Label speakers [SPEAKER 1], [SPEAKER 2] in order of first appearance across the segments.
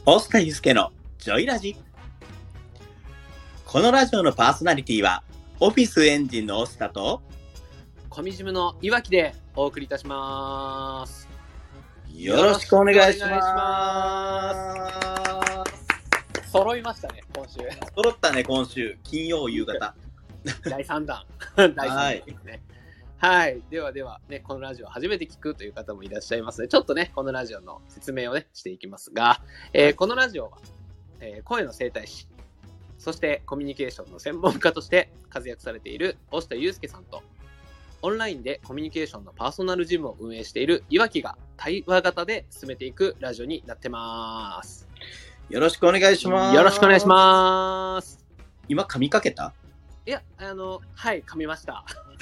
[SPEAKER 1] 押田祐介のジョイラジ。このラジオのパーソナリティはオフィスエンジンの押田と
[SPEAKER 2] コミジムのいわきでお送りいたします。
[SPEAKER 1] よろしくお願いします。
[SPEAKER 2] 揃いましたね、今週。
[SPEAKER 1] 揃ったね、今週金曜夕方
[SPEAKER 2] 第3弾第3弾ですね。はい、ではね、このラジオを初めて聞くという方もいらっしゃいますので、ちょっとねこのラジオの説明をねしていきますが、このラジオは、声の整体師、そしてコミュニケーションの専門家として活躍されている押田祐介さんと、オンラインでコミュニケーションのパーソナルジムを運営しているいわきが対話型で進めていくラジオになってます。
[SPEAKER 1] よろしくお願いします。
[SPEAKER 2] よろしくお願いします。
[SPEAKER 1] 今噛みかけた？
[SPEAKER 2] いや、はい、噛みました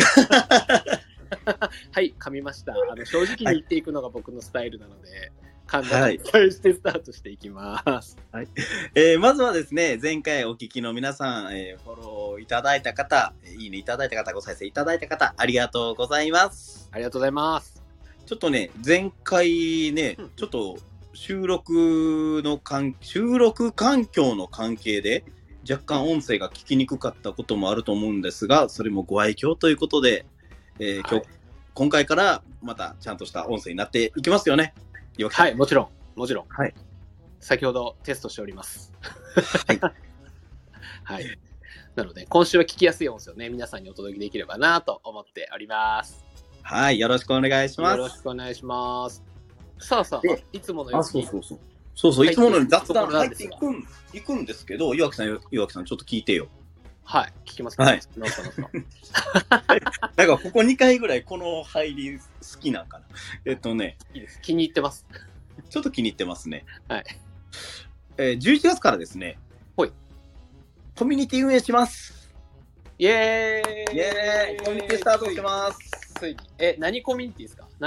[SPEAKER 2] はい、噛みました。正直に言っていくのが僕のスタイルなので、簡単に伝えしてスタートしていきます。
[SPEAKER 1] はい。まずはですね、前回お聞きの皆さん、フォローいただいた方、いいねいただいた方、ご再生いただいた方、ありがとうございます。
[SPEAKER 2] ありがとうございます。
[SPEAKER 1] ちょっとね、前回ね、ちょっと収録環境の関係で、若干音声が聞きにくかったこともあると思うんですが、それもご愛嬌ということで、今回からまたちゃんとした音声になっていきますよね。
[SPEAKER 2] はい、もちろん。
[SPEAKER 1] はい。
[SPEAKER 2] 先ほどテストしております。
[SPEAKER 1] はい。
[SPEAKER 2] はい。なので、今週は聞きやすい音声をね、皆さんにお届けできればなと思っております。
[SPEAKER 1] はい、よろしくお願いします。
[SPEAKER 2] よろしくお願いします。さあ、いつものように。
[SPEAKER 1] そう、いつものように雑談入っていくんですけど、岩木さん、ちょっと聞いてよ。
[SPEAKER 2] はい、聞きます。
[SPEAKER 1] はい。なんかここ2回ぐらいこの入り好きなんかな。いい
[SPEAKER 2] です。気に入ってます。
[SPEAKER 1] ちょっと気に入ってますね。
[SPEAKER 2] はい。
[SPEAKER 1] 11月からですね、
[SPEAKER 2] はい。
[SPEAKER 1] コミュニティ運営します。
[SPEAKER 2] イエーイ。
[SPEAKER 1] コミュニティスタートしてます。
[SPEAKER 2] ついに。何コミュニティですか？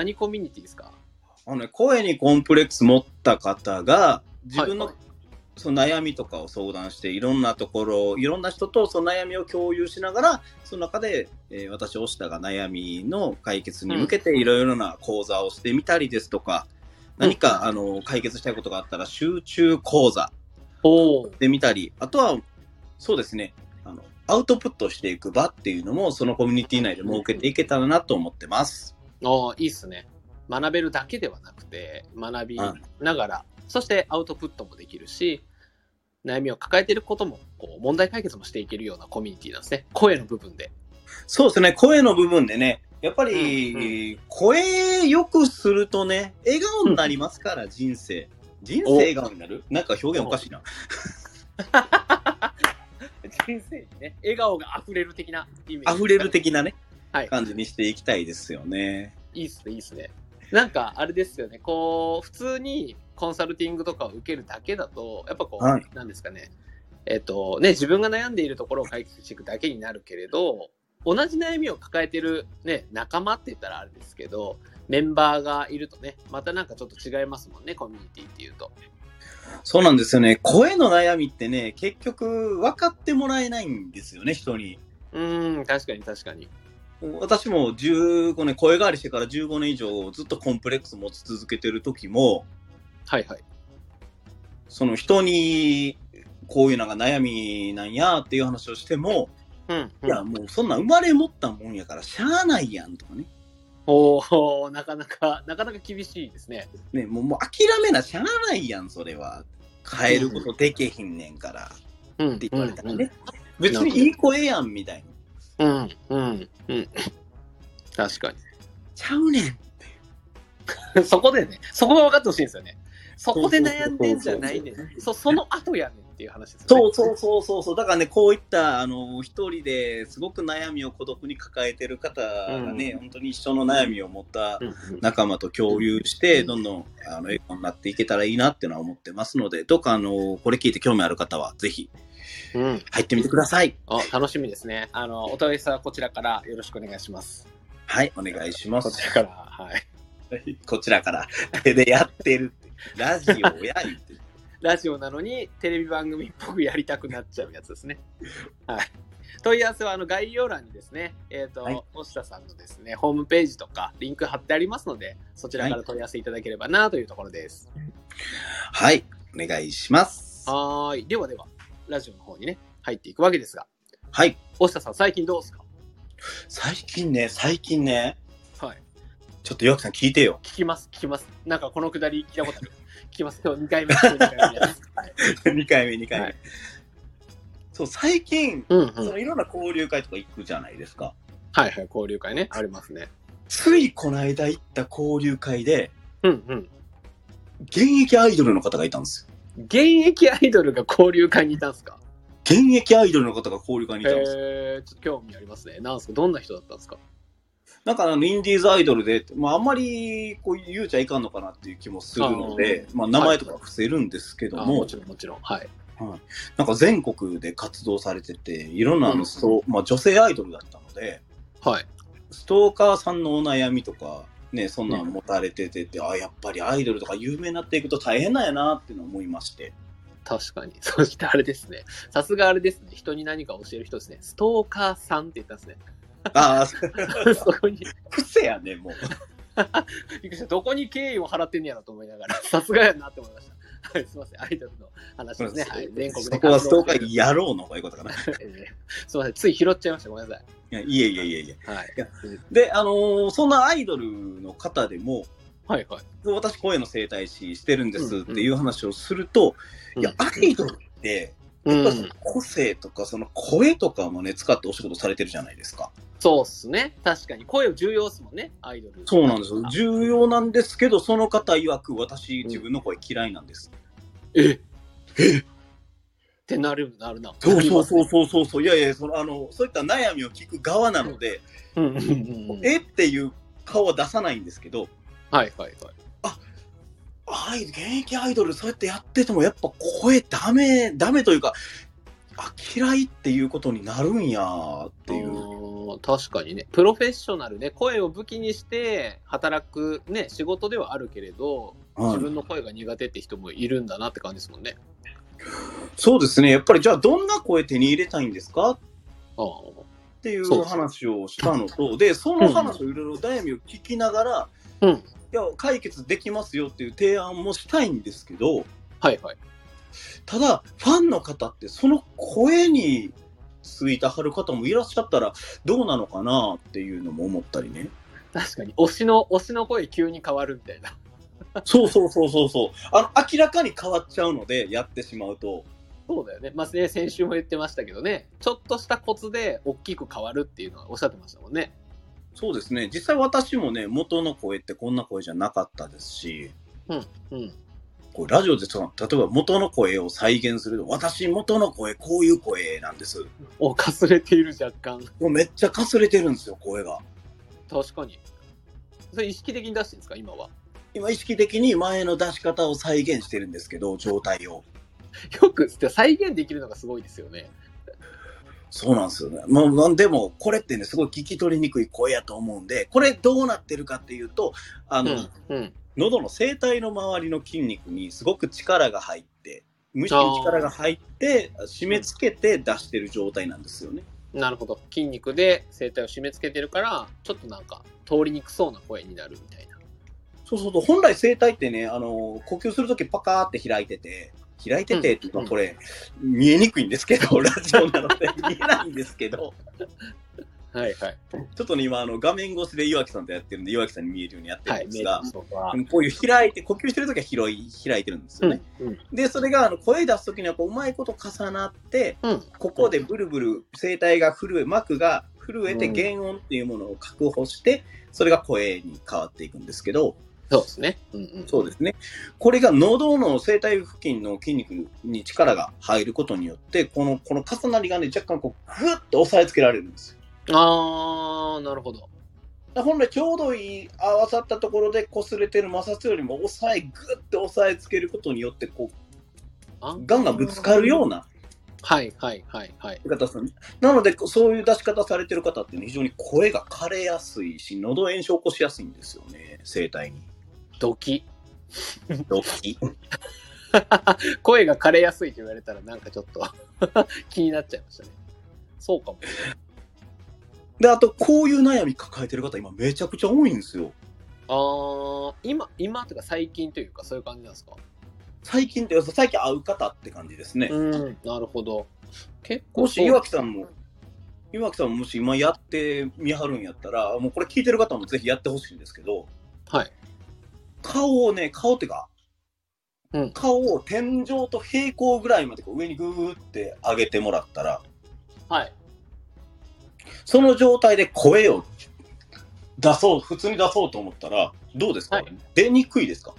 [SPEAKER 1] 声にコンプレックス持った方が自分のその悩みとかを相談して、いろんな人とその悩みを共有しながら、その中で、私押田が悩みの解決に向けていろいろな講座をしてみたりですとか、何か解決したいことがあったら集中講座でみたり、あとはそうですね、アウトプットしていく場っていうのもそのコミュニティ内で設けていけたらなと思ってます。
[SPEAKER 2] いいっすね。学べるだけではなくて、学びながら、そしてアウトプットもできるし、悩みを抱えていることも問題解決もしていけるようなコミュニティなんですね。声の部分で。
[SPEAKER 1] そうですね、声の部分でね、やっぱり、声よくするとね、笑顔になりますから、人生笑顔になる？なんか表現おかしいな。
[SPEAKER 2] 人生にね、笑顔が溢れる的なイメージ。
[SPEAKER 1] 溢れる的なね、
[SPEAKER 2] はい、
[SPEAKER 1] 感じにしていきたいですよね。
[SPEAKER 2] いいっすね。なんかあれですよね、普通にコンサルティングとかを受けるだけだと、やっぱなんですかね、自分が悩んでいるところを解決していくだけになるけれど、同じ悩みを抱えてるね、仲間って言ったらあれですけど、メンバーがいるとね、またなんかちょっと違いますもんね、コミュニティっていうと。
[SPEAKER 1] そうなんですよね。声の悩みってね、結局分かってもらえないんですよね、人に。
[SPEAKER 2] 確かに。
[SPEAKER 1] 私も声変わりしてから15年以上ずっとコンプレックス持ち続けてる時も、
[SPEAKER 2] はい。
[SPEAKER 1] その人にこういうのが悩みなんやっていう話をしても、いやもうそんな生まれ持ったもんやからしゃあないやんとかね。
[SPEAKER 2] なかなか厳しいですね。
[SPEAKER 1] ね、もう諦めなしゃあないやん、それは。変えることできひんねんから。って言われたらね。別にいい声やんみたいな。
[SPEAKER 2] 確かに。
[SPEAKER 1] ちゃうね
[SPEAKER 2] ん。そこが分かってほしいんですよね。そこで悩んでんじゃないねん。その後やねんっていう話ですよね。
[SPEAKER 1] そう。だからね、こういった一人ですごく悩みを孤独に抱えてる方がね、本当に一緒の悩みを持った仲間と共有して、どんどん笑顔になっていけたらいいなっていうのは思ってますので、どうかこれ聞いて興味ある方はぜひ入ってみてください。
[SPEAKER 2] 楽しみですね。お問い合わせはこちらからよろしくお願いします。
[SPEAKER 1] はい、お願いします。
[SPEAKER 2] こちらから、はい。
[SPEAKER 1] こちらから手でやってるってラジオや言ってる。
[SPEAKER 2] ラジオなのにテレビ番組っぽくやりたくなっちゃうやつですね。はい。問い合わせは概要欄にですね、押田さんのですね、ホームページとかリンク貼ってありますので、そちらから問い合わせいただければなというところです。
[SPEAKER 1] はい。 お願いします。
[SPEAKER 2] はい。では、ラジオの方にね、入っていくわけですが。
[SPEAKER 1] はい。
[SPEAKER 2] 大下さん、最近どうですか？
[SPEAKER 1] 最近ね。
[SPEAKER 2] はい。
[SPEAKER 1] ちょっと岩木さん聞いてよ。
[SPEAKER 2] 聞きます。なんかこのくだり聞いたことある。聞きます。今日2回目。2回目です。はい、
[SPEAKER 1] 2回目。はい、そう、最近、そのいろんな交流会とか行くじゃないですか。
[SPEAKER 2] はいはい、交流会ね。ありますね。
[SPEAKER 1] ついこの間行った交流会で、現役アイドルの方がいたんです
[SPEAKER 2] よ。現役アイドルが交流会にいたんですか？
[SPEAKER 1] 現役アイドルの方が交流会にいたんです
[SPEAKER 2] よ。ちょっと興味ありますね。なんすか？どんな人だったんですか？
[SPEAKER 1] なんかインディーズアイドルで、あんまりこう言うちゃいかんのかなっていう気もするので、名前とか伏せるんですけども、
[SPEAKER 2] もちろん、はい。
[SPEAKER 1] なんか全国で活動されてて、いろんな女性アイドルだったので、
[SPEAKER 2] はい。
[SPEAKER 1] ストーカーさんのお悩みとか、ね、そんなの持たれてて、やっぱりアイドルとか有名になっていくと大変なんやなっていうのを思いまして。
[SPEAKER 2] 確かに。そしてあれですね。さすがあれですね。人に何か教える人ですね。ストーカーさんって言ったんですね。
[SPEAKER 1] ああ、
[SPEAKER 2] そこに。
[SPEAKER 1] 癖やね、もう。
[SPEAKER 2] どこに敬意を払ってんやろと思いながら、さすがやなって思いました。はい、すみません。アイドルの話ですね。はい、全国で。
[SPEAKER 1] そこはストーカーやろうの方がいいことかな。
[SPEAKER 2] すみません。つい拾っちゃいました。ごめんなさい。
[SPEAKER 1] いえ。はい。で、そんなアイドルの方でも、
[SPEAKER 2] はいはい。
[SPEAKER 1] 私、声の整体師してるんですっていう話をすると、いや、アイドルって、やっぱ個性とか、その声とかもね、使ってお仕事されてるじゃないですか。
[SPEAKER 2] そうっすね。確かに。声を重要ですもんね、アイドル。
[SPEAKER 1] そうなんですよ。重要なんですけど、その方曰く、私、自分の声嫌いなんです。
[SPEAKER 2] ってなるな。
[SPEAKER 1] そう。いや、そういった悩みを聞く側なので、っていう顔は出さないんですけど、
[SPEAKER 2] はい。
[SPEAKER 1] 現役アイドルそうやってやっててもやっぱ声ダメというか、嫌いっていうことになるんやっていう。
[SPEAKER 2] 確かにね、プロフェッショナルね、声を武器にして働くね、仕事ではあるけれど、自分の声が苦手って人もいるんだなって感じですもんね。
[SPEAKER 1] そうですね。やっぱりじゃあどんな声手に入れたいんですかっていう話をしたのと、で、その話をいろいろ悩みを聞きながら、いや解決できますよっていう提案もしたいんですけど、
[SPEAKER 2] はい。
[SPEAKER 1] ただファンの方ってその声についてはる方もいらっしゃったらどうなのかなっていうのも思ったりね。
[SPEAKER 2] 確かに推しの声急に変わるみたいな。
[SPEAKER 1] そう。明らかに変わっちゃうのでやってしまうと。
[SPEAKER 2] そうだよね。先週も言ってましたけどね、ちょっとしたコツで大きく変わるっていうのはおっしゃってましたもんね。
[SPEAKER 1] そうですね。実際私もね、元の声ってこんな声じゃなかったですし、これラジオで例えば元の声を再現すると、私元の声こういう声なんです。
[SPEAKER 2] かすれている若干。
[SPEAKER 1] もうめっちゃかすれてるんですよ、声が。
[SPEAKER 2] 確かに。それ意識的に出してるんですか、今は？
[SPEAKER 1] 今意識的に前の出し方を再現してるんですけど、状態を。
[SPEAKER 2] よく再現できるのがすごいですよね。
[SPEAKER 1] そうなんですよね。でも、これってね、すごい聞き取りにくい声やと思うんで、これどうなってるかっていうと、喉の声帯の周りの筋肉にすごく力が入って、無意識に力が入って、締め付けて出してる状態なんですよね。
[SPEAKER 2] なるほど。筋肉で声帯を締め付けてるから、ちょっとなんか通りにくそうな声になるみたいな。
[SPEAKER 1] そう。本来声帯ってね、呼吸するときパカーって開いててっていうか、これ、見えにくいんですけど、ラジオなので見えないんですけど。
[SPEAKER 2] はい。
[SPEAKER 1] ちょっとね、今、画面越しで岩木さんとやってるんで、岩木さんに見えるようにやってるんですが、こういう開いて、呼吸してるときは開いてるんですよね。で、それが、声出すときには、うまいこと重なって、ここでブルブル、声帯が膜が震えて、原音っていうものを確保して、それが声に変わっていくんですけど、
[SPEAKER 2] そうですね。
[SPEAKER 1] そうですね。これが喉の声帯付近の筋肉に力が入ることによって、この重なりがね、若干こう、ぐっと押さえつけられるんですよ。
[SPEAKER 2] なるほど。
[SPEAKER 1] 本来ちょうどいい合わさったところで擦れてる摩擦よりもぐっと押さえつけることによって、こう、ガンガンぶつかるような。
[SPEAKER 2] はい。
[SPEAKER 1] なので、そういう出し方されてる方って、ね、非常に声が枯れやすいし、喉炎症を起こしやすいんですよね、声帯に。
[SPEAKER 2] ドキ声が枯れやすいと言われたらなんかちょっと気になっちゃいましたね。そうかも。
[SPEAKER 1] で、あとこういう悩み抱えてる方今めちゃくちゃ多いんですよ。
[SPEAKER 2] 今というか最近というかそういう感じなんですか？
[SPEAKER 1] 最近会う方って感じですね。
[SPEAKER 2] なるほど。結構
[SPEAKER 1] もし岩木さんももし今やってみはるんやったら、もうこれ聞いてる方もぜひやってほしいんですけど、
[SPEAKER 2] はい。
[SPEAKER 1] 顔ってか、顔を天井と平行ぐらいまでこう上にグーって上げてもらったら、
[SPEAKER 2] はい。
[SPEAKER 1] その状態で声を普通に出そうと思ったら、どうですか、はい、出にくいですか？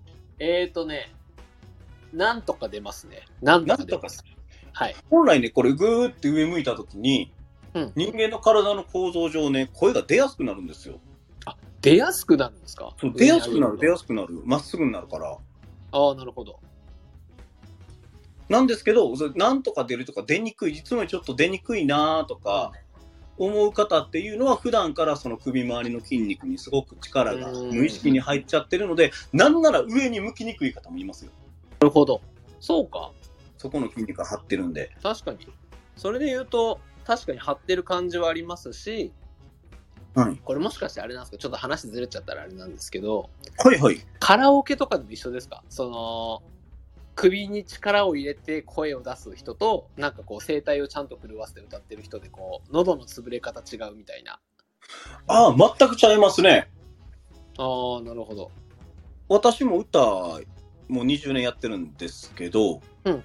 [SPEAKER 2] なんとか出ますね。なんとか出ます。はい。
[SPEAKER 1] 本来ね、これグーって上向いたときに、人間の体の構造上ね、声が出やすくなるんですよ。
[SPEAKER 2] あ、出やすくなるんですか？
[SPEAKER 1] そう、出やすくなる。まっすぐになるから。
[SPEAKER 2] ああ、なるほど。
[SPEAKER 1] なんですけど、なんとか出るとか出にくい、実はちょっと出にくいなとか、思う方っていうのは普段からその首周りの筋肉にすごく力が無意識に入っちゃってるので、なんなら上に向きにくい方もいますよ。
[SPEAKER 2] なるほど。そうか。
[SPEAKER 1] そこの筋肉が張ってるんで。
[SPEAKER 2] 確かに。それで言うと、確かに張ってる感じはありますし、
[SPEAKER 1] はい、
[SPEAKER 2] これもしかしてあれなんですか、ちょっと話ずれちゃったらあれなんですけど、
[SPEAKER 1] はいはい。
[SPEAKER 2] カラオケとかでも一緒ですか？首に力を入れて声を出す人と、なんかこう声帯をちゃんと震わせて歌ってる人で、こう喉の潰れ方違うみたいな。
[SPEAKER 1] ああ、全くちゃいますね。
[SPEAKER 2] ああ、なるほど。
[SPEAKER 1] 私も歌もう20年やってるんですけど、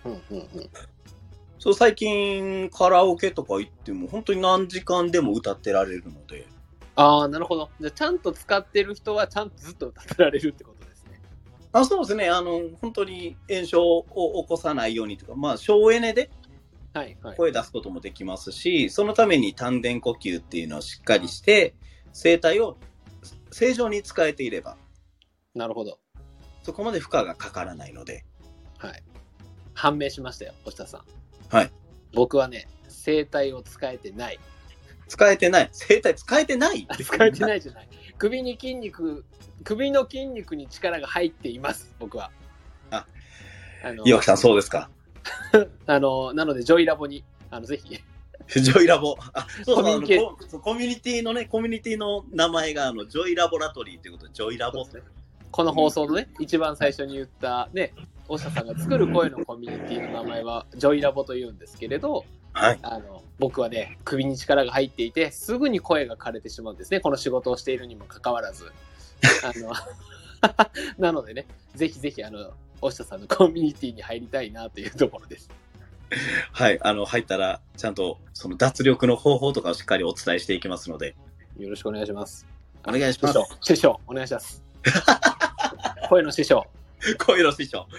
[SPEAKER 1] そう、最近カラオケとか行っても本当に何時間でも歌ってられるので。
[SPEAKER 2] ああ、なるほど。じゃあちゃんと使ってる人はちゃんとずっと歌ってられるってことですね。
[SPEAKER 1] そうですね。本当に炎症を起こさないようにとか、まあ省エネで声出すこともできますし、そのために丹田呼吸っていうのをしっかりして声帯を正常に使えていれば、
[SPEAKER 2] なるほど。
[SPEAKER 1] そこまで負荷がかからないので。
[SPEAKER 2] はい。判明しましたよ、星田さん。
[SPEAKER 1] はい。
[SPEAKER 2] 僕はね、声帯を使えてない。
[SPEAKER 1] 使えてない。声帯使えてない
[SPEAKER 2] 使えてないじゃない。首の筋肉に力が入っています、僕は。
[SPEAKER 1] 岩木さん、そうですか。
[SPEAKER 2] なので、ジョイラボに、ぜひ。
[SPEAKER 1] ジョイラボ。コミュニティの名前が、ジョイラボラトリーということで、ジョイラボですね。
[SPEAKER 2] この放送のね、一番最初に言ったね、大下さんが作る声のコミュニティの名前はジョイラボというんですけれど、
[SPEAKER 1] はい、
[SPEAKER 2] 僕はね、首に力が入っていて、すぐに声が枯れてしまうんですね、この仕事をしているにもかかわらず。なのでね、ぜひぜひ、大下さんのコミュニティに入りたいなというところです。
[SPEAKER 1] はい、入ったら、ちゃんとその脱力の方法とかをしっかりお伝えしていきますので。
[SPEAKER 2] よろしくお願いします。
[SPEAKER 1] お願いします。
[SPEAKER 2] 師匠、お願いします。声の師匠。
[SPEAKER 1] はい、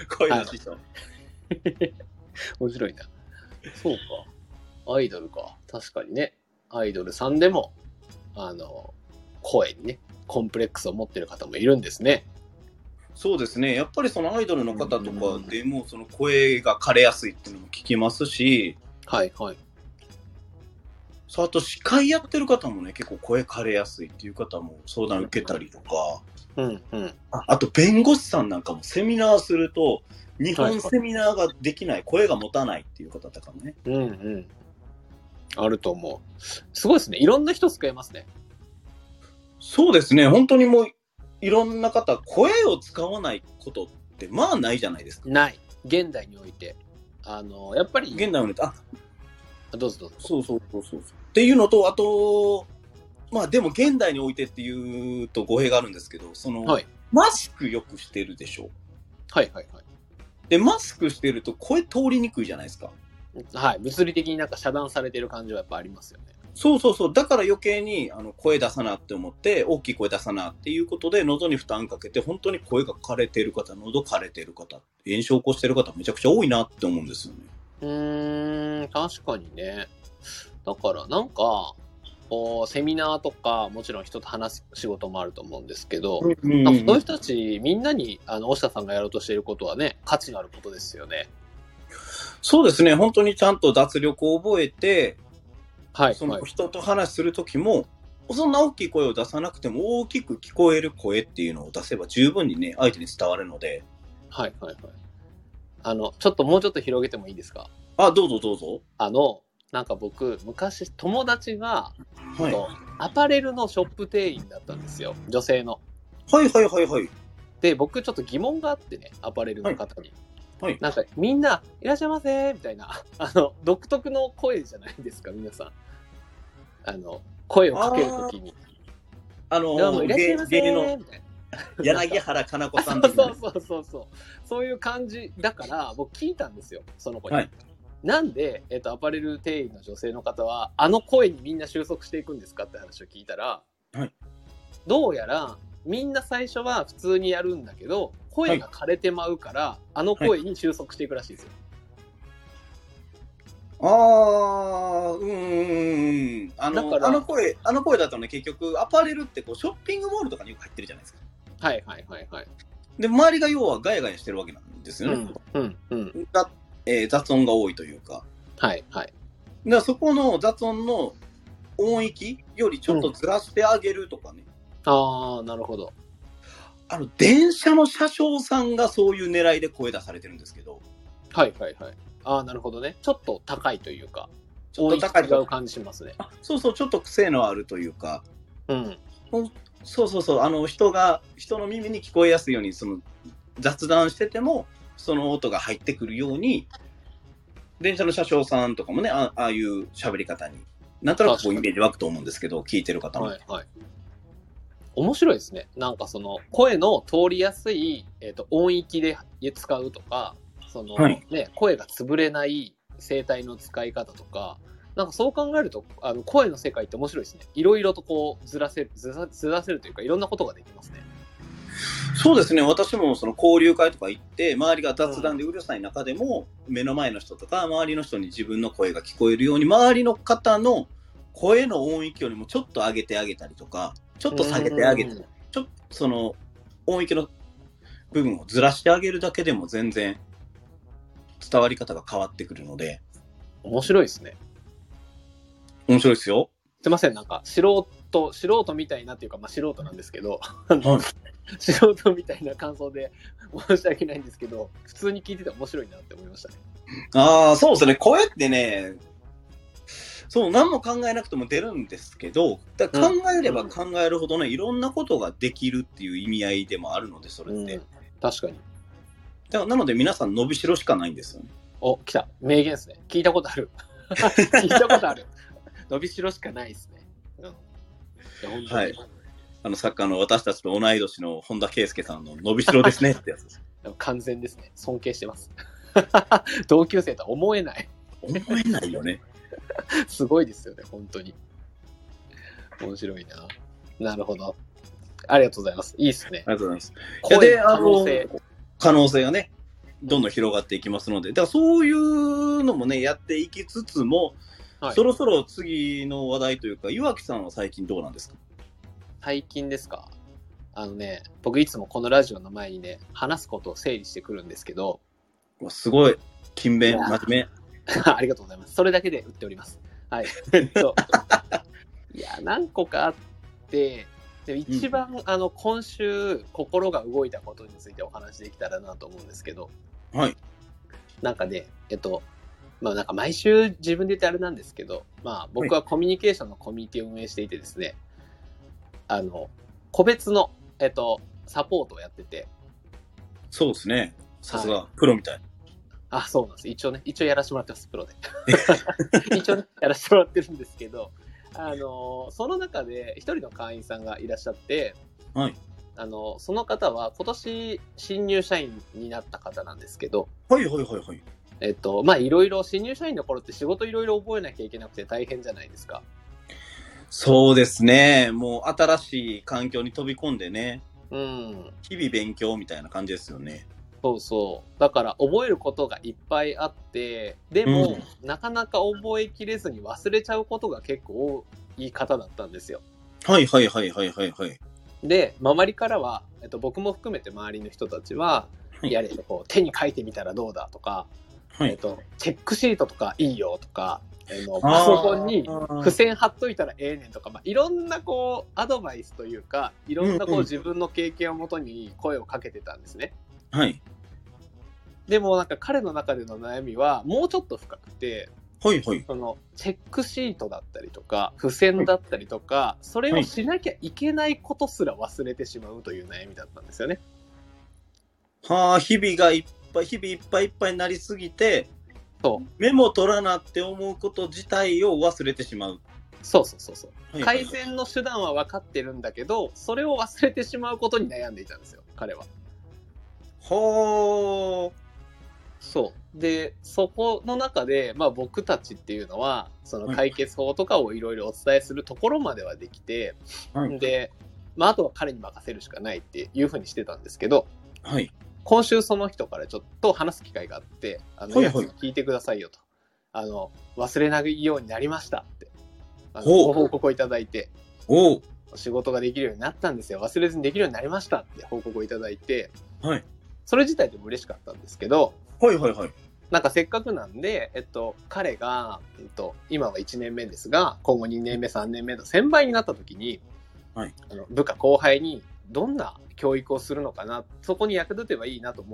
[SPEAKER 2] 面白いな。そうか。アイドルか。確かにね。アイドルさんでも、声にね、コンプレックスを持ってる方もいるんですね。
[SPEAKER 1] そうですね。やっぱりそのアイドルの方とかでも、その声が枯れやすいっていうのも聞きますし、
[SPEAKER 2] はいはい。
[SPEAKER 1] あと司会やってる方もね、結構声枯れやすいっていう方も相談受けたりとか、あと弁護士さんなんかもセミナーすると、日本セミナーができない、声が持たないっていう方とかもね。
[SPEAKER 2] あると思う。すごいですね。いろんな人使えますね。
[SPEAKER 1] そうですね。本当にもういろんな方、声を使わないことってまあないじゃないですか。
[SPEAKER 2] ない。現代において。やっぱり。
[SPEAKER 1] 現代において、
[SPEAKER 2] どうぞ。
[SPEAKER 1] そう。っていうのと、あと、まあでも現代においてっていうと語弊があるんですけど、マスクよくしてるでしょ。
[SPEAKER 2] はい。
[SPEAKER 1] で、マスクしてると声通りにくいじゃないですか。
[SPEAKER 2] はい。物理的になんか遮断されてる感じはやっぱありますよね。
[SPEAKER 1] そう。だから余計に声出さなって思って、大きい声出さなっていうことで、喉に負担かけて、本当に声が枯れてる方、喉枯れてる方、炎症を起こしてる方、めちゃくちゃ多いなって思うんですよね。
[SPEAKER 2] 確かにね。だからなんか、セミナーとか、もちろん人と話す仕事もあると思うんですけど、そういう人たちみんなに大下さんがやろうとしていることはね、価値のあることですよね。
[SPEAKER 1] そうですね。本当にちゃんと脱力を覚えて、その人と話するときも、そんな大きい声を出さなくても大きく聞こえる声っていうのを出せば十分にね、相手に伝わるので。
[SPEAKER 2] ちょっともうちょっと広げてもいいですか？
[SPEAKER 1] どうぞ。
[SPEAKER 2] なんか僕、昔友達が、アパレルのショップ店員だったんですよ。女性の。
[SPEAKER 1] はい。
[SPEAKER 2] で、僕ちょっと疑問があってね、アパレルの方に。 なんかみんないらっしゃいませみたいな独特の声じゃないですか皆さん。声をかけるときにどうもいらっしゃいませみたいな
[SPEAKER 1] 柳原加奈子さん
[SPEAKER 2] そういう感じだから僕聞いたんですよその子に、
[SPEAKER 1] はい、
[SPEAKER 2] なんで、アパレル店員の女性の方は声にみんな収束していくんですかって話を聞いたら、
[SPEAKER 1] はい、
[SPEAKER 2] どうやらみんな最初は普通にやるんだけど声が枯れてまうから、声に収束していくらしいですよ。
[SPEAKER 1] あの声だとね、結局アパレルってこうショッピングモールとかによく入ってるじゃないですか。
[SPEAKER 2] はいはいはいはい。
[SPEAKER 1] で周りが要はガヤガヤしてるわけなんですよね。雑音が多いというか。
[SPEAKER 2] はいはい。
[SPEAKER 1] だからそこの雑音の音域よりちょっとずらしてあげるとかね。
[SPEAKER 2] ああ、なるほど。
[SPEAKER 1] 電車の車掌さんがそういう狙いで声出されてるんですけど。
[SPEAKER 2] はいはいはい。ああ、なるほどね。ちょっと高いというか、
[SPEAKER 1] ちょっと高い
[SPEAKER 2] 違う感じしますね。
[SPEAKER 1] そうそう、ちょっと癖のあるというか。
[SPEAKER 2] うん。
[SPEAKER 1] そう、人の耳に聞こえやすいように、その雑談してても、その音が入ってくるように、電車の車掌さんとかもね、ああいう喋り方に、なんとなくこうイメージ湧くと思うんですけど、聞いてる方も。
[SPEAKER 2] はいはい。面白いですね。なんかその声の通りやすい、音域で使うとか、その、ね、声が潰れない声帯の使い方とか、なんかそう考えると声の世界って面白いですね。いろいろとこうずらせるというかいろんなことができますね。
[SPEAKER 1] そうですね。私もその交流会とか行って周りが雑談でうるさい中でも、目の前の人とか周りの人に自分の声が聞こえるように周りの方の声の音域よりもちょっと上げてあげたりとかちょっと下げてあげたりちょっとその音域の部分をずらしてあげるだけでも全然伝わり方が変わってくるので
[SPEAKER 2] 面白いですね。
[SPEAKER 1] 面白いですよ。
[SPEAKER 2] すいません、なんか素人みたいなっていうか、まあ、素人なんですけど、素人みたいな感想で申し訳ないんですけど、普通に聞いてて面白いなって思いましたね。
[SPEAKER 1] ああ、そうですね。声ってね、そう、何も考えなくても出るんですけど、だ考えれば考えるほどね、いろんなことができるっていう意味合いでもあるので、それって。
[SPEAKER 2] 確かに。
[SPEAKER 1] なので皆さん伸びしろしかないんですよね。
[SPEAKER 2] お、来た。名言ですね。聞いたことある。聞いたことある。伸びしろしかないですね。
[SPEAKER 1] はい。作家の私たちと同い年の本田圭佑さんの伸びしろですねってやつです。
[SPEAKER 2] 完全ですね。尊敬してます。同級生とは思えない。
[SPEAKER 1] 思えないよね。
[SPEAKER 2] すごいですよね、本当に。面白いな。なるほど。ありがとうございます。いいですね。
[SPEAKER 1] ありがとうございます。
[SPEAKER 2] で、
[SPEAKER 1] 可能性がね、どんどん広がっていきますので、だからそういうのもね、やっていきつつも、はい、そろそろ次の話題というか、岩城さんは最近どうなんですか？
[SPEAKER 2] 最近ですか？僕いつもこのラジオの前にね、話すことを整理してくるんですけど。
[SPEAKER 1] すごい。勤勉、真面目。
[SPEAKER 2] ありがとうございます。それだけで売っております。はい。いや、何個かあって、で一番、今週、心が動いたことについてお話できたらなと思うんですけど。
[SPEAKER 1] はい。
[SPEAKER 2] なんかね、まあなんか毎週自分で言ってあれなんですけど、まあ僕はコミュニケーションのコミュニティを運営していてですね、個別の、サポートをやってて。
[SPEAKER 1] そうですね。さすが、プロみたい。
[SPEAKER 2] あ、そうなんです。一応やらせてもらってます、プロで。一応ね、やらせてもらってるんですけど、その中で一人の会員さんがいらっしゃって、
[SPEAKER 1] はい。
[SPEAKER 2] その方は今年新入社員になった方なんですけど、
[SPEAKER 1] はいはいはいはい。
[SPEAKER 2] まあいろいろ新入社員の頃って仕事いろいろ覚えなきゃいけなくて大変じゃないですか。
[SPEAKER 1] そうですね。もう新しい環境に飛び込んでね。
[SPEAKER 2] うん。
[SPEAKER 1] 日々勉強みたいな感じですよね。
[SPEAKER 2] そうそう。だから覚えることがいっぱいあって、でも、なかなか覚えきれずに忘れちゃうことが結構多い方だったんですよ。
[SPEAKER 1] はいはいはいはいはいはい。
[SPEAKER 2] で、周りからは、僕も含めて周りの人たちは、やれこう手に書いてみたらどうだとか、チェックシートとかいいよとか、パソコンに付箋貼っといたらええねんとか、まあ、いろんなこうアドバイスというか、いろんなこう自分の経験をもとに声をかけてたんですね。
[SPEAKER 1] はい。
[SPEAKER 2] でもなんか彼の中での悩みはもうちょっと深くて、
[SPEAKER 1] はいはい。
[SPEAKER 2] そのチェックシートだったりとか付箋だったりとか、それをしなきゃいけないことすら忘れてしまうという悩みだったんですよね。
[SPEAKER 1] はあ、日々がいっぱい日々いっぱいいっぱいになりすぎて、
[SPEAKER 2] そう
[SPEAKER 1] メモ取らなって思うこと自体を忘れてしまう。
[SPEAKER 2] そうそうそうそう、
[SPEAKER 1] はいはいはい
[SPEAKER 2] 改善の手段は分かってるんだけど、それを忘れてしまうことに悩んでいたんですよ、彼は。
[SPEAKER 1] ほー。
[SPEAKER 2] そうで、そこの中で、まあ、僕たちっていうのはその解決法とかをいろいろお伝えするところまではできて、
[SPEAKER 1] はい
[SPEAKER 2] で、まあ、あとは彼に任せるしかないっていうふうにしてたんですけど、
[SPEAKER 1] はい
[SPEAKER 2] 今週その人からちょっと話す機会があって、
[SPEAKER 1] はいはい
[SPEAKER 2] 聞いてくださいよと。忘れないようになりましたって。
[SPEAKER 1] ほう
[SPEAKER 2] ご報告をいただいて、
[SPEAKER 1] おう
[SPEAKER 2] 仕事ができるようになったんですよ。忘れずにできるようになりましたって報告をいただいて、
[SPEAKER 1] はい
[SPEAKER 2] それ自体でも嬉しかったんですけど、
[SPEAKER 1] はいはいはい
[SPEAKER 2] なんかせっかくなんで、彼が、今は1年目ですが、今後2年目、3年目の先輩になった時に、
[SPEAKER 1] はい、
[SPEAKER 2] 部下後輩にどんな教育をするのかな、そこに役立てばいいなと思って、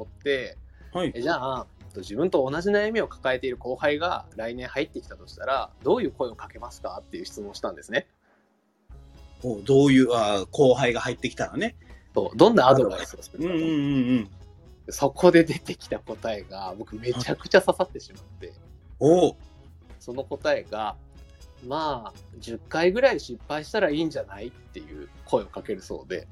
[SPEAKER 1] はい、
[SPEAKER 2] じゃあ、自分と同じ悩みを抱えている後輩が来年入ってきたとしたら、どういう声をかけますかっていう質問をしたんですね。
[SPEAKER 1] どういう後輩が入ってきたらね。
[SPEAKER 2] そうどんなアドバイスをするかと。
[SPEAKER 1] うんうんうんうん
[SPEAKER 2] そこで出てきた答えが僕めちゃくちゃ刺さってしまって、
[SPEAKER 1] おう
[SPEAKER 2] その答えが、まあ10回ぐらい失敗したらいいんじゃないっていう声をかけるそうで。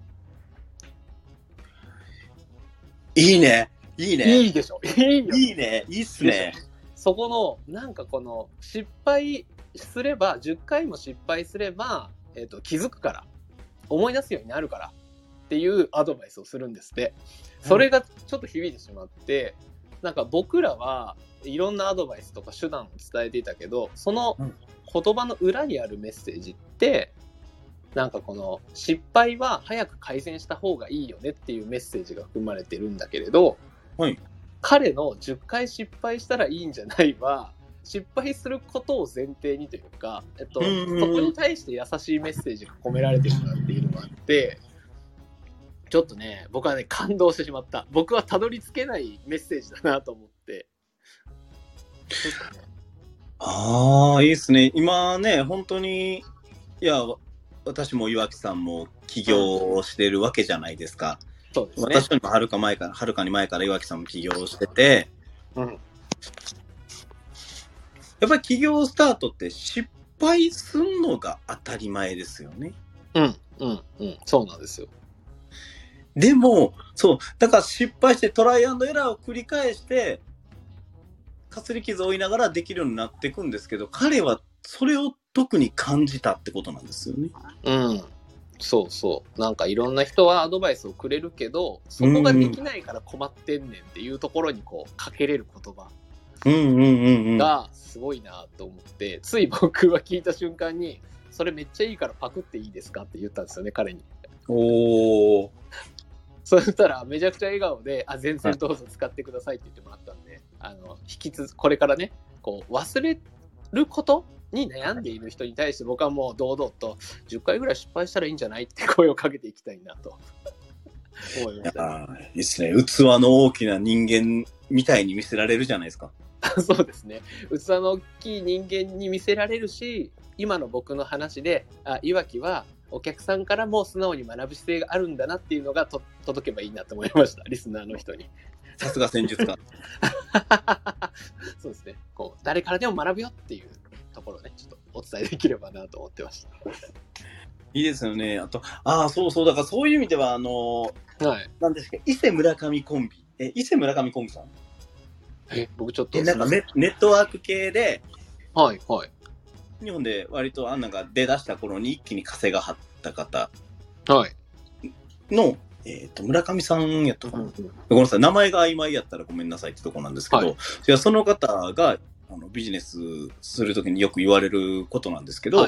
[SPEAKER 1] いいねいいね
[SPEAKER 2] いいでしょ、いいよ、
[SPEAKER 1] いいねいいっすね。
[SPEAKER 2] そこのなんかこの失敗すれば10回も失敗すれば、気づくから思い出すようになるからっていうアドバイスをするんですって。それがちょっと響いてしまって、なんか僕らはいろんなアドバイスとか手段を伝えていたけど、その言葉の裏にあるメッセージってなんかこの失敗は早く改善した方がいいよねっていうメッセージが含まれてるんだけれど、
[SPEAKER 1] はい、
[SPEAKER 2] 彼の10回失敗したらいいんじゃないは失敗することを前提にというか、そこに対して優しいメッセージが込められてるなっていうのがあって、ちょっとね、僕はね、感動してしまった。僕はたどり着けないメッセージだなと思って。ちょっとね、
[SPEAKER 1] ああ、いいですね。今ね、本当に、いや、私も岩木さんも起業をしてるわけじゃないですか。
[SPEAKER 2] そうですね。
[SPEAKER 1] 私よりもはるかに前から岩木さんも起業してて、
[SPEAKER 2] うん、
[SPEAKER 1] やっぱり起業スタートって失敗すんのが当たり前ですよね。
[SPEAKER 2] うん、うん、うん、そうなんですよ。
[SPEAKER 1] でも、そう、だから失敗してトライアンドエラーを繰り返して、かすり傷を負いながらできるようになっていくんですけど、彼はそれを特に感じたってことなんですよね。
[SPEAKER 2] うん、そうそう。なんかいろんな人はアドバイスをくれるけど、そこができないから困ってんねんっていうところにこうかけれる言葉がすごいなと思って、つい僕は聞いた瞬間に、それめっちゃいいからパクっていいですかって言ったんですよね、彼に。
[SPEAKER 1] おー。
[SPEAKER 2] そしたらめちゃくちゃ笑顔で、全然どうぞ使ってくださいって言ってもらったんで、これからね、こう忘れることに悩んでいる人に対して僕はもう堂々と10回ぐらい失敗したらいいんじゃないって声をかけていきたいなと思いました、
[SPEAKER 1] いいですね。器の大きな人間みたいに見せられるじゃないですか。
[SPEAKER 2] そうですね。器の大きい人間に見せられるし、今の僕の話で、岩木はお客さんからも素直に学ぶ姿勢があるんだなっていうのが届けばいいなと思いました、リスナーの人に。
[SPEAKER 1] さすが戦術家。
[SPEAKER 2] そうですね。こう誰からでも学ぶよっていうところをね、ちょっとお伝えできればなと思ってました。
[SPEAKER 1] いいですよね。あと、そうそう、だからそういう意味では、
[SPEAKER 2] はい。
[SPEAKER 1] なんですか、伊勢村上コンビ。伊勢村上コンビさん。
[SPEAKER 2] 僕ちょっと。
[SPEAKER 1] なんかネットワーク系で、
[SPEAKER 2] はいはい。
[SPEAKER 1] 日本で割とあんなが出だした頃に一気に稼がはった方
[SPEAKER 2] はい
[SPEAKER 1] の、村上さんやったかな、ごめんなさい、名前が曖昧やったらごめんなさいってとこなんですけど、いやその方がビジネスするときによく言われることなんですけど、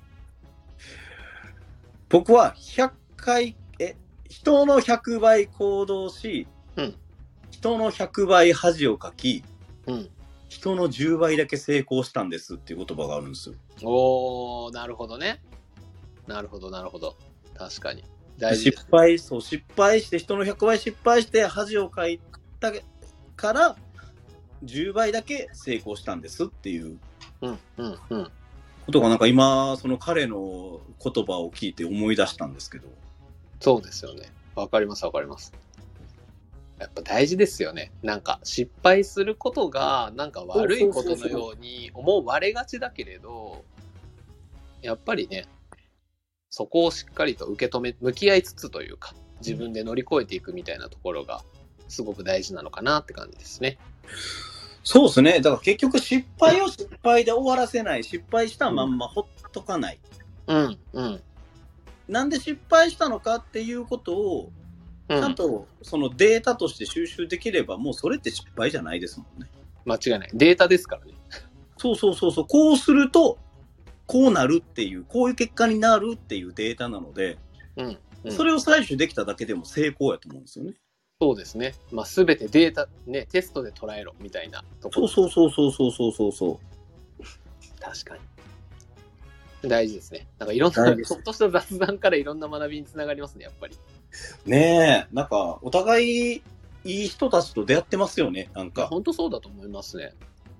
[SPEAKER 1] 僕は100回、人の100倍行動し、人の100倍恥をかき、人の10倍だけ成功したんですっていう言葉があるんですよ。
[SPEAKER 2] おー、なるほどね。なるほどなるほど。確かに大事です、
[SPEAKER 1] ね、失敗して人の100倍失敗して恥をかいたから10倍だけ成功したんですっていうことがなんか今その彼の言葉を聞いて思い出したんですけど。
[SPEAKER 2] そうですよね。わかりますわかります。 やっぱ大事ですよね。なんか失敗することがなんか悪いことのように思われがちだけれど、やっぱりね、そこをしっかりと受け止め、向き合いつつというか、自分で乗り越えていくみたいなところがすごく大事なのかなって感じですね。
[SPEAKER 1] そうですね。だから結局失敗を失敗で終わらせない。失敗したまんまほっとかない。
[SPEAKER 2] うんうん。
[SPEAKER 1] なんで失敗したのかっていうことをちゃんとそのデータとして収集できれば、もうそれって失敗じゃないですもんね。
[SPEAKER 2] 間違いない。データですからね。
[SPEAKER 1] そうそうそうそう。こうするとこうなるっていう、こういう結果になるっていうデータなので、それを採取できただけでも成功やと思うんですよね。
[SPEAKER 2] そうですね。まあ、全てデータ、ね、テストで捉えろみたいなところ。
[SPEAKER 1] そうそうそうそうそうそうそう。
[SPEAKER 2] 確かに。大事ですね。なんかいろんな、ちょっとした雑談からいろんな学びにつながりますね、やっぱり。
[SPEAKER 1] ねえ、なんかお互いいい人たちと出会ってますよね、なんか。
[SPEAKER 2] 本当そうだと思いますね。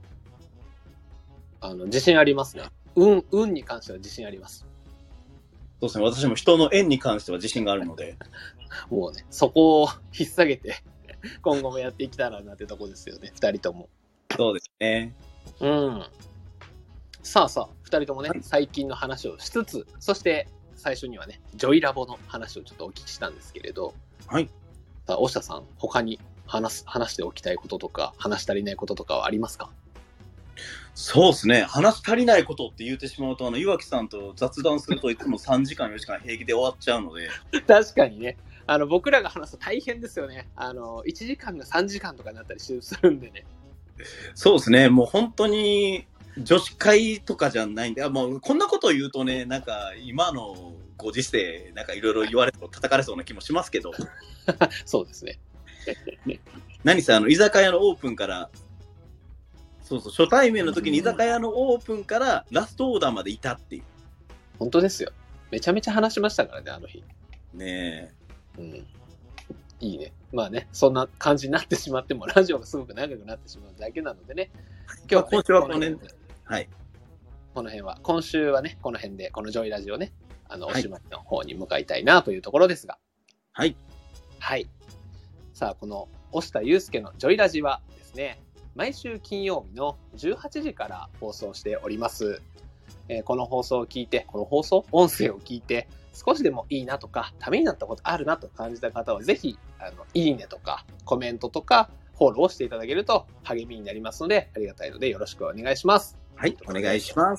[SPEAKER 2] 自信ありますね。運に関しては自信あります。
[SPEAKER 1] そうですね、私も人の縁に関しては自信があるので。
[SPEAKER 2] もうね、そこを引っ提げて、今後もやっていけたらなってとこですよね、二人とも。
[SPEAKER 1] そうですね。
[SPEAKER 2] うん。さあ、二人ともね、最近の話をしつつ、そして最初にはね、ジョイラボの話をちょっとお聞きしたんですけれど、
[SPEAKER 1] はい。
[SPEAKER 2] さあ、大下さん、他に話しておきたいこととか、話し足りないこととかはありますか？
[SPEAKER 1] そうですね。話し足りないことって言ってしまうと、岩木さんと雑談するといつも3時間、4時間平気で終わっちゃうので。
[SPEAKER 2] 確かにね。僕らが話すと大変ですよね。1時間が3時間とかになったりするんでね。
[SPEAKER 1] そうですね。もう本当に女子会とかじゃないんで、もうこんなことを言うとね、なんか今のご時世、なんかいろいろ言われて叩かれそうな気もしますけど。
[SPEAKER 2] そうですね。
[SPEAKER 1] 何せ居酒屋のオープンから、そうそう、初対面の時に居酒屋のオープンからラストオーダーまでいたっていう。
[SPEAKER 2] 本当ですよ。めちゃめちゃ話しましたからね、あの日。
[SPEAKER 1] ね
[SPEAKER 2] え。うん。いいね。まあね、そんな感じになってしまっても、ラジオがすごく長くなってしまうだけなのでね。
[SPEAKER 1] 今日は、今週はこの辺で。はい。
[SPEAKER 2] この辺は、今週はね、この辺で、このジョイラジオね、おしまいの方に向かいたいなというところですが。
[SPEAKER 1] はい。
[SPEAKER 2] はい。さあ、この、押田祐介のジョイラジはですね、毎週金曜日の18時から放送しております。この放送を聞いて、音声を聞いて、少しでもいいなとか、ためになったことあるなと感じた方は、ぜひ、いいねとか、コメントとか、フォローしていただけると励みになりますので、ありがたいのでよろしくお願いします。
[SPEAKER 1] はい、お願いします。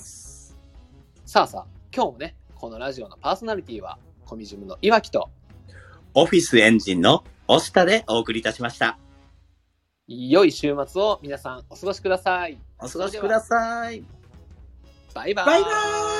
[SPEAKER 2] さあ、今日もね、このラジオのパーソナリティは、コミジムの岩木と、
[SPEAKER 1] オフィスエンジンの押田でお送りいたしました。
[SPEAKER 2] 良い週末を皆さんお過ごしください。
[SPEAKER 1] お過ごしください。
[SPEAKER 2] バイバイ。
[SPEAKER 1] バイバイ。